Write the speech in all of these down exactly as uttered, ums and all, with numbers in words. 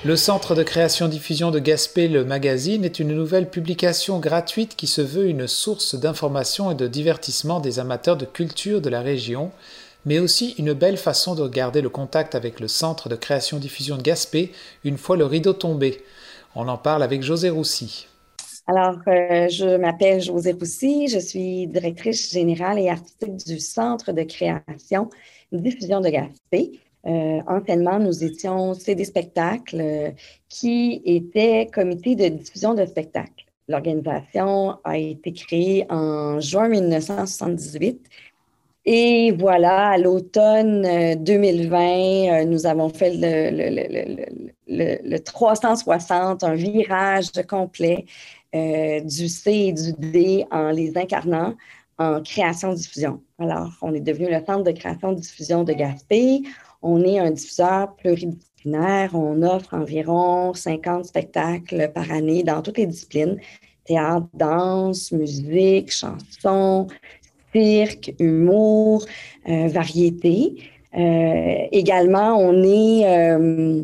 Le Centre de création-diffusion de Gaspé, le magazine, est une nouvelle publication gratuite qui se veut une source d'information et de divertissement des amateurs de culture de la région, mais aussi une belle façon de garder le contact avec le Centre de création-diffusion de Gaspé une fois le rideau tombé. On en parle avec Josée Roussy. Alors, euh, je m'appelle Josée Roussy, je suis directrice générale et artistique du Centre de création diffusion de Gaspé. Euh, anciennement, nous étions C D Spectacles euh, qui était comité de diffusion de spectacles. L'organisation a été créée en juin mille neuf cent soixante-dix-huit. Et voilà, à l'automne euh, deux mille vingt, euh, nous avons fait le, le, le, le, le, le trois cent soixante, un virage complet euh, du C et du D en les incarnant en création-diffusion. Alors, on est devenu le Centre de création-diffusion de Gaspé. On est un diffuseur pluridisciplinaire. On offre environ cinquante spectacles par année dans toutes les disciplines: théâtre, danse, musique, chanson, cirque, humour, euh, variété. Euh, également, on est, euh,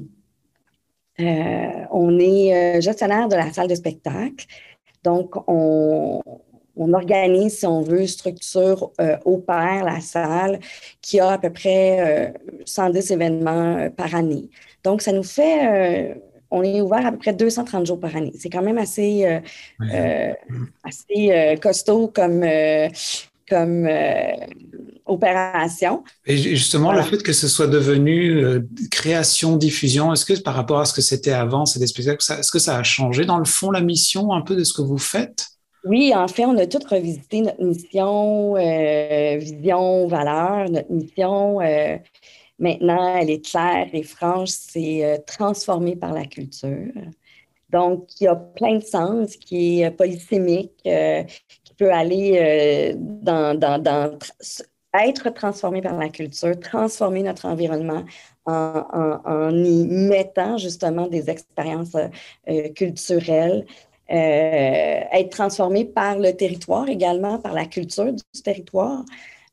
euh, on est euh, gestionnaire de la salle de spectacle. Donc, on, on organise, si on veut, structure, euh, opère la salle qui a à peu près euh, cent dix événements euh, par année. Donc, ça nous fait, euh, on est ouvert à peu près deux cent trente jours par année. C'est quand même assez, euh, Ouais. euh, assez euh, costaud comme, euh, comme euh, opération. Et justement, le Voilà. fait que ce soit devenu euh, création, diffusion, est-ce que par rapport à ce que c'était avant, c'est des spectacles, ça- est-ce que ça a changé dans le fond la mission un peu de ce que vous faites? Oui, en fait, on a tout revisité notre mission, euh, vision, valeur. Notre mission, euh, maintenant, elle est claire et franche, c'est euh, transformer par la culture. Donc, il y a plein de sens, qui est euh, polysémique, euh, qui peut aller euh, dans, dans, dans tr- être transformé par la culture, transformer notre environnement en, en, en y mettant justement des expériences euh, culturelles, euh, être transformé par le territoire également, par la culture du territoire.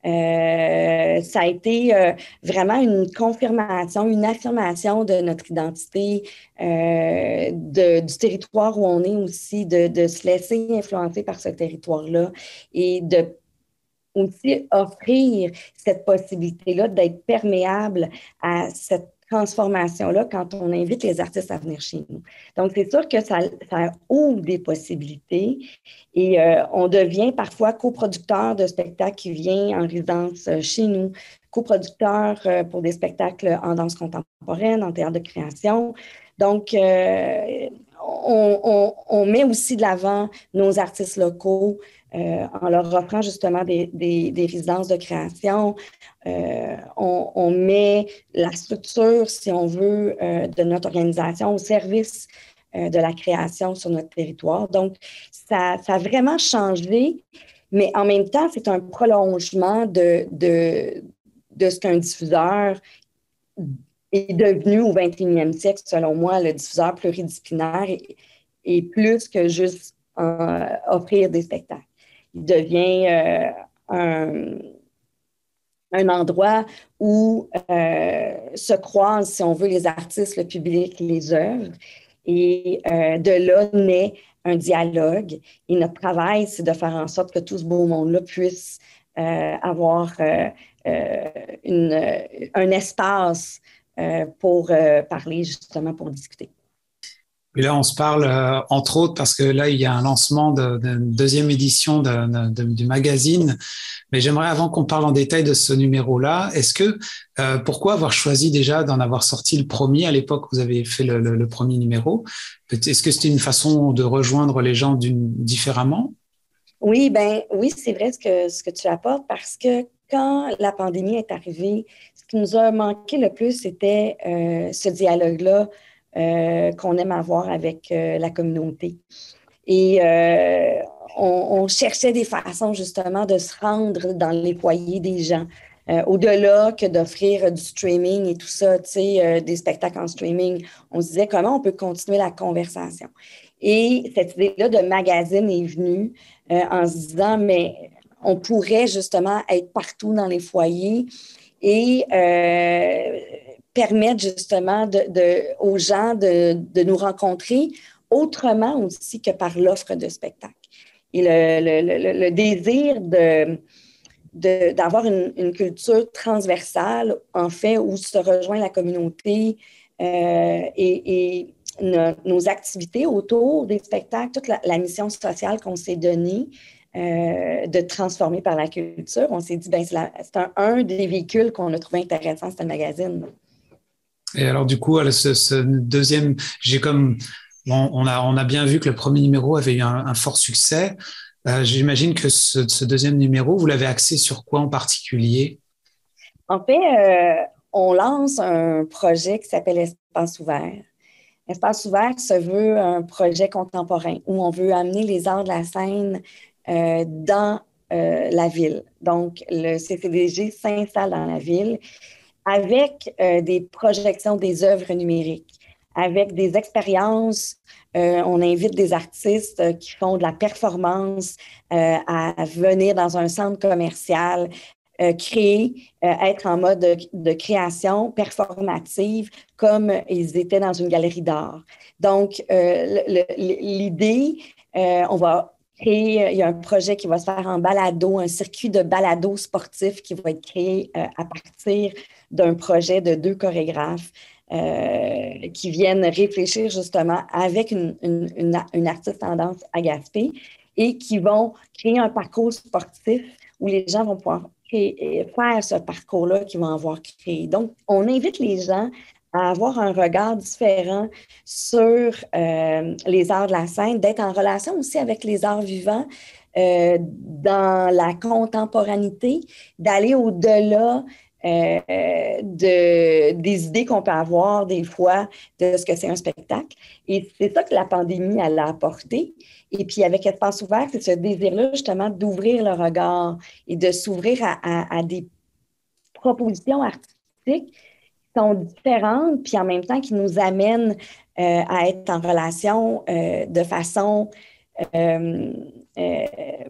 Euh, ça a été euh, vraiment une confirmation, une affirmation de notre identité, euh, de, du territoire où on est aussi, de, de se laisser influencer par ce territoire-là et de aussi offrir cette possibilité-là d'être perméable à cette transformation-là quand on invite les artistes à venir chez nous. Donc, c'est sûr que ça, ça ouvre des possibilités et euh, on devient parfois coproducteur de spectacles qui viennent en résidence chez nous, coproducteur euh, pour des spectacles en danse contemporaine, en théâtre de création. Donc, euh, on, on, on met aussi de l'avant nos artistes locaux euh, en leur offrant justement des, des, des résidences de création. Euh, on, on, met la structure, si on veut, euh, de notre organisation au service euh, de la création sur notre territoire. Donc, ça, ça a vraiment changé, mais en même temps, c'est un prolongement de, de, de ce qu'un diffuseur est devenu au vingt et unième siècle, selon moi, le diffuseur pluridisciplinaire est, est plus que juste euh, offrir des spectacles. Il devient euh, un, un endroit où euh, se croisent, si on veut, les artistes, le public, les œuvres. Et euh, de là naît un dialogue. Et notre travail, c'est de faire en sorte que tout ce beau monde-là puisse euh, avoir euh, euh, une, un espace euh, pour euh, parler, justement, pour discuter. Et là, on se parle, euh, entre autres, parce que là, il y a un lancement de- d'une deuxième édition de- de- du magazine. Mais j'aimerais, avant qu'on parle en détail de ce numéro-là, est-ce que, euh, pourquoi avoir choisi déjà d'en avoir sorti le premier à l'époque où vous avez fait le, le- le premier numéro? Est-ce que c'était une façon de rejoindre les gens d'une, différemment? Oui, ben oui, c'est vrai ce que, ce que tu apportes parce que quand la pandémie est arrivée, ce qui nous a manqué le plus, c'était euh, ce dialogue-là euh, qu'on aime avoir avec euh, la communauté. Et euh, on, on cherchait des façons justement de se rendre dans les foyers des gens. Euh, au-delà que d'offrir du streaming et tout ça, tu sais, euh, des spectacles en streaming, on se disait comment on peut continuer la conversation. Et cette idée-là de magazine est venue euh, en se disant, mais on pourrait justement être partout dans les foyers et euh, permettre justement de, de, aux gens de, de nous rencontrer autrement aussi que par l'offre de spectacle. Et le, le, le, le désir de, de, d'avoir une, une culture transversale, en fait, où se rejoint la communauté euh, et, et nos, nos activités autour des spectacles, toute la, la mission sociale qu'on s'est donnée, Euh, de transformer par la culture. On s'est dit, ben, c'est, la, c'est un, un des véhicules qu'on a trouvé intéressant, c'était le magazine. Et alors, du coup, ce, ce deuxième, j'ai comme, bon, on a, on a bien vu que le premier numéro avait eu un, un fort succès. Euh, j'imagine que ce, ce deuxième numéro, vous l'avez axé sur quoi en particulier? En fait, euh, on lance un projet qui s'appelle Espace ouvert. Espace ouvert se veut un projet contemporain où on veut amener les arts de la scène euh, dans euh, la ville. Donc, le C C D G s'installe dans la ville avec euh, des projections des œuvres numériques, avec des expériences. Euh, on invite des artistes euh, qui font de la performance euh, à venir dans un centre commercial, euh, créer, euh, être en mode de, de création performative comme ils étaient dans une galerie d'art. Donc, euh, le, l'idée, euh, on va créer, il y a un projet qui va se faire en balado, un circuit de balado sportif qui va être créé euh, à partir d'un projet de deux chorégraphes euh, qui viennent réfléchir justement avec une, une, une, une artiste en danse à Gaspé et qui vont créer un parcours sportif où les gens vont pouvoir créer, faire ce parcours-là qu'ils vont avoir créé. Donc, on invite les gens à avoir un regard différent sur euh, les arts de la scène, d'être en relation aussi avec les arts vivants euh, dans la contemporanité, d'aller au-delà euh, de, des idées qu'on peut avoir des fois de ce que c'est un spectacle. Et c'est ça que la pandémie, elle a apporté. Et puis, avec Espace ouvert, c'est ce désir-là, justement, d'ouvrir le regard et de s'ouvrir à, à, à des propositions artistiques sont différentes, puis en même temps qui nous amènent euh, à être en relation euh, de façon euh, euh,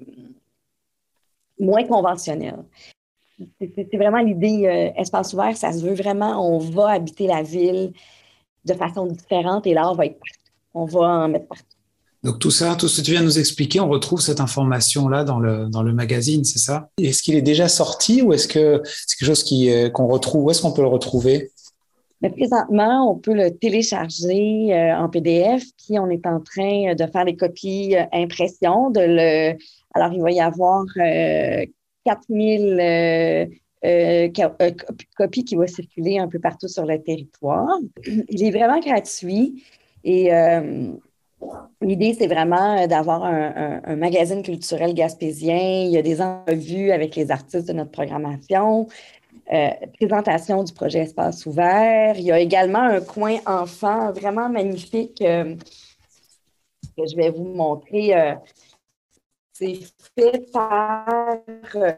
moins conventionnelle. C'est, c'est vraiment l'idée euh, espace ouvert, ça se veut vraiment, on va habiter la ville de façon différente et l'art va être partout. On va en mettre partout. Donc tout ça, tout ce que tu viens de nous expliquer, on retrouve cette information-là dans le, dans le magazine, c'est ça? Est-ce qu'il est déjà sorti ou est-ce que c'est quelque chose qui, qu'on retrouve? Où est-ce qu'on peut le retrouver? Mais présentement, on peut le télécharger euh, en P D F, puis on est en train de faire des copies euh, impression. De le... Alors, il va y avoir euh, quatre mille euh, euh, euh, copies qui vont circuler un peu partout sur le territoire. Il est vraiment gratuit et euh, l'idée, c'est vraiment d'avoir un, un, un magazine culturel gaspésien. Il y a des entrevues avec les artistes de notre programmation. Euh, présentation du projet Espace ouvert. Il y a également un coin enfant vraiment magnifique euh, que je vais vous montrer. Euh, c'est fait par euh,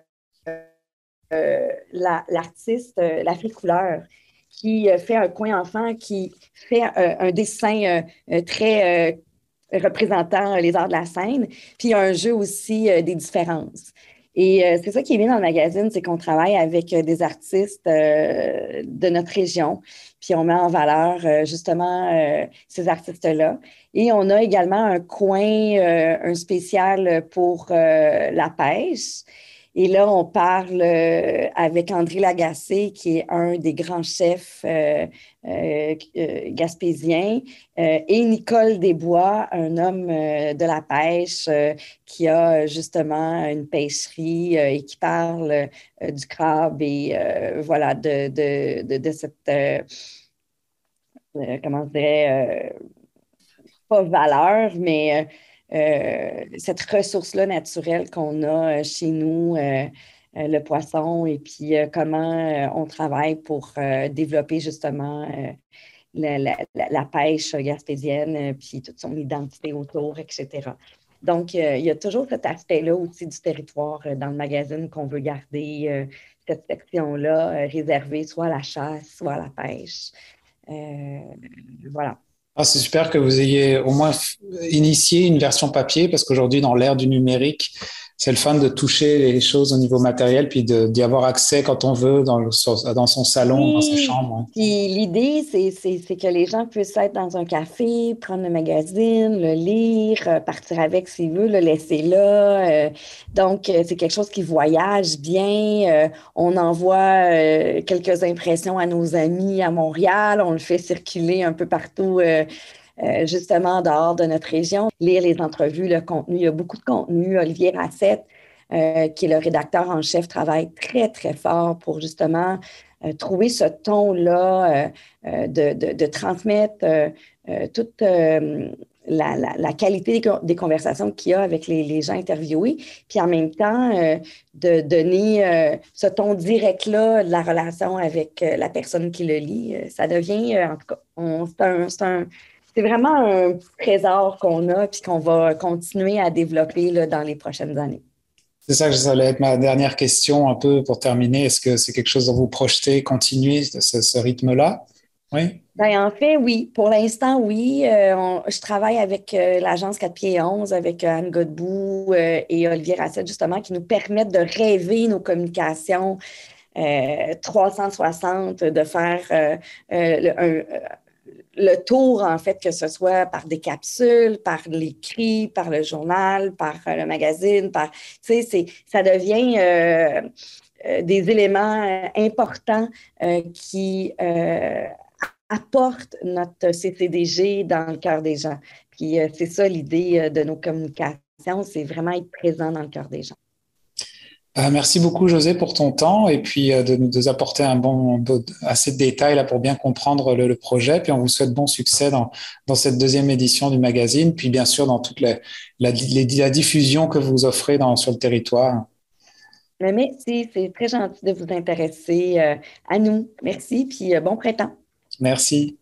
euh, la, l'artiste euh, La Fille Couleur qui euh, fait un coin enfant qui fait euh, un dessin euh, très euh, représentant les arts de la scène, puis il y a un jeu aussi euh, des différences. Et euh, c'est ça qui est bien dans le magazine, c'est qu'on travaille avec euh, des artistes euh, de notre région, puis on met en valeur euh, justement euh, ces artistes-là. Et on a également un coin, euh, un spécial pour euh, la pêche. Et là, on parle euh, avec André Lagacé, qui est un des grands chefs euh, euh, gaspésiens, euh, et Nicole Desbois, un homme euh, de la pêche euh, qui a justement une pêcherie euh, et qui parle euh, du crabe et euh, voilà, de, de, de, de cette, euh, euh, comment je dirais, euh, pas valeur, mais euh, euh, cette ressource-là naturelle qu'on a chez nous, euh, euh, le poisson, et puis euh, comment euh, on travaille pour euh, développer justement euh, la, la, la, pêche gaspésienne, euh, puis toute son identité autour, et cetera. Donc, euh, il y a toujours cet aspect-là aussi du territoire euh, dans le magazine qu'on veut garder, euh, cette section-là euh, réservée soit à la chasse, soit à la pêche. Euh, voilà. Ah, c'est super que vous ayez au moins initié une version papier parce qu'aujourd'hui, dans l'ère du numérique, c'est le fun de toucher les choses au niveau matériel, puis de, d'y avoir accès quand on veut dans, le, dans son salon, dans sa Oui, chambre. puis l'idée, c'est, c'est, c'est que les gens puissent être dans un café, prendre le magazine, le lire, euh, partir avec s'ils veulent, le laisser là. Euh, donc, euh, c'est quelque chose qui voyage bien. Euh, on envoie euh, quelques impressions à nos amis à Montréal. On le fait circuler un peu partout, euh, euh, justement, en dehors de notre région. Lire les entrevues, le contenu. Il y a beaucoup de contenu. Olivier Rassette, euh, qui est le rédacteur en chef, travaille très, très fort pour justement euh, trouver ce ton-là, euh, euh, de, de, de, transmettre euh, euh, toute euh, la, la, la, qualité des, des conversations qu'il y a avec les, les gens interviewés, puis en même temps, euh, de donner euh, ce ton direct-là de la relation avec euh, la personne qui le lit. Ça devient, euh, en tout cas, on, c'est, un, c'est, un, c'est vraiment un trésor qu'on a, puis qu'on va continuer à développer là, dans les prochaines années. C'est ça que ça allait être ma dernière question, un peu pour terminer. Est-ce que c'est quelque chose dont vous projetez, continuer ce, ce rythme-là? Oui. Ben, en fait, oui. Pour l'instant, oui. Euh, on- je travaille avec euh, l'agence quatre pieds et onze, avec euh, Anne Godbout euh, et Olivier Rassette, justement, qui nous permettent de rêver nos communications euh, trois cent soixante, de faire euh, euh, le, un, euh, le tour, en fait, que ce soit par des capsules, par l'écrit, par le journal, par euh, le magazine, par, tu sais, c'est, ça devient euh, euh, des éléments euh, importants euh, qui euh, apportent notre C C D G dans le cœur des gens. Puis euh, c'est ça l'idée euh, de nos communications, c'est vraiment être présent dans le cœur des gens. Euh, merci beaucoup, José, pour ton temps et puis euh, de nous apporter un bon, assez de détails là pour bien comprendre le, le projet. Puis on vous souhaite bon succès dans, dans cette deuxième édition du magazine, puis bien sûr dans toute la, la, les, la diffusion que vous offrez dans, sur le territoire. Mais merci, c'est très gentil de vous intéresser euh, à nous. Merci, puis euh, bon printemps. Merci.